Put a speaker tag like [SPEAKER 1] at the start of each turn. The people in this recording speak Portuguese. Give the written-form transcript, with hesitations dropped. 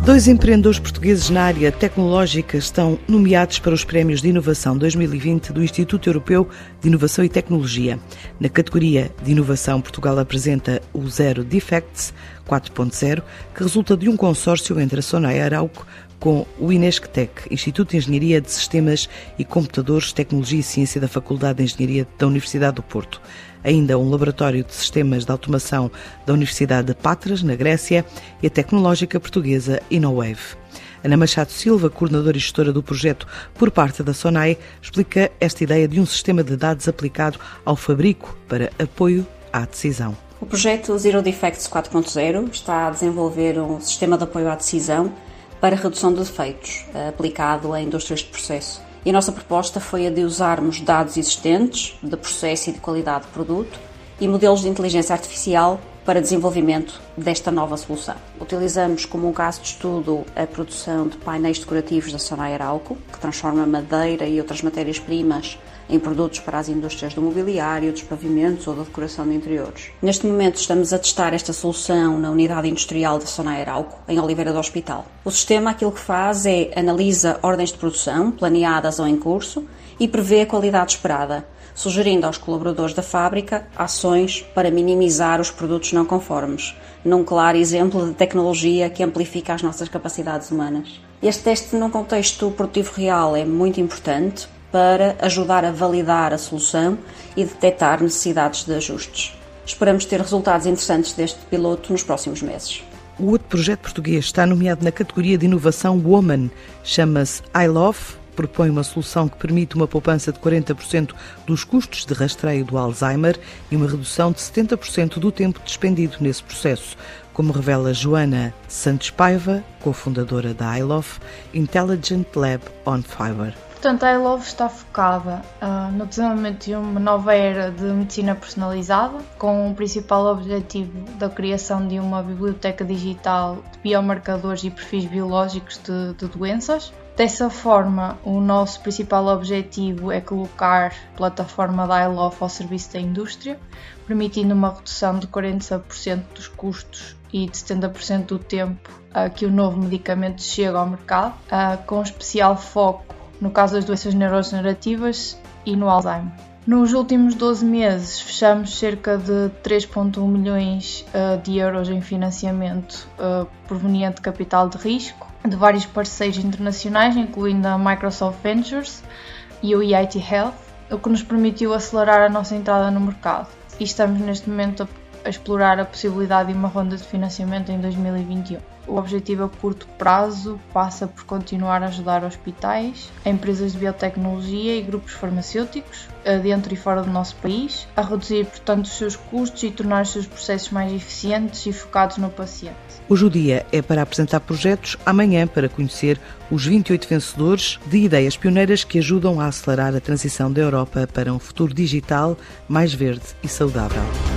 [SPEAKER 1] 2 empreendedores portugueses na área tecnológica estão nomeados para os Prémios de Inovação 2020 do Instituto Europeu de Inovação e Tecnologia. Na categoria de Inovação, Portugal apresenta o Zero Defects 4.0, que resulta de um consórcio entre a Sonai Arauco com o Inesctec, Instituto de Engenharia de Sistemas e Computadores, Tecnologia e Ciência da Faculdade de Engenharia da Universidade do Porto. Ainda um laboratório de sistemas de automação da Universidade de Patras, na Grécia, e a tecnológica portuguesa InnoWave. Ana Machado Silva, coordenadora e gestora do projeto por parte da Sonai, explica esta ideia de um sistema de dados aplicado ao fabrico para apoio à decisão.
[SPEAKER 2] O projeto Zero Defects 4.0 está a desenvolver um sistema de apoio à decisão para redução de defeitos, aplicado a indústrias de processo. E a nossa proposta foi a de usarmos dados existentes de processo e de qualidade de produto e modelos de inteligência artificial para desenvolvimento desta nova solução. Utilizamos como um caso de estudo a produção de painéis decorativos da Sonai Arauco, que transforma madeira e outras matérias-primas em produtos para as indústrias do mobiliário, dos pavimentos ou da decoração de interiores. Neste momento estamos a testar esta solução na unidade industrial da Sonai Arauco, em Oliveira do Hospital. O sistema aquilo que faz é analisa ordens de produção, planeadas ou em curso, e prevê a qualidade esperada, sugerindo aos colaboradores da fábrica ações para minimizar os produtos não conformes, num claro exemplo de tecnologia que amplifica as nossas capacidades humanas. Este teste num contexto produtivo real é muito importante para ajudar a validar a solução e detectar necessidades de ajustes. Esperamos ter resultados interessantes deste piloto nos próximos meses.
[SPEAKER 1] O outro projeto português está nomeado na categoria de inovação Woman. Chama-se iLove. Propõe uma solução que permite uma poupança de 40% dos custos de rastreio do Alzheimer e uma redução de 70% do tempo despendido nesse processo, como revela Joana Santos Paiva, cofundadora da iLove, Intelligent Lab on Fiber.
[SPEAKER 3] Portanto, a iLove está focada no desenvolvimento de uma nova era de medicina personalizada, com o principal objetivo da criação de uma biblioteca digital de biomarcadores e perfis biológicos de doenças. Dessa forma, o nosso principal objetivo é colocar a plataforma da iLove ao serviço da indústria, permitindo uma redução de 40% dos custos e de 70% do tempo que o novo medicamento chega ao mercado, com especial foco no caso das doenças neurodegenerativas e no Alzheimer. Nos últimos 12 meses fechamos cerca de 3,1 milhões de euros em financiamento proveniente de capital de risco, de vários parceiros internacionais, incluindo a Microsoft Ventures e o EIT Health, o que nos permitiu acelerar a nossa entrada no mercado. E estamos neste momento a explorar a possibilidade de uma ronda de financiamento em 2021. O objetivo a curto prazo passa por continuar a ajudar hospitais, empresas de biotecnologia e grupos farmacêuticos, dentro e fora do nosso país, a reduzir, portanto, os seus custos e tornar os seus processos mais eficientes e focados no paciente.
[SPEAKER 1] Hoje o dia é para apresentar projetos, amanhã para conhecer os 28 vencedores de ideias pioneiras que ajudam a acelerar a transição da Europa para um futuro digital mais verde e saudável.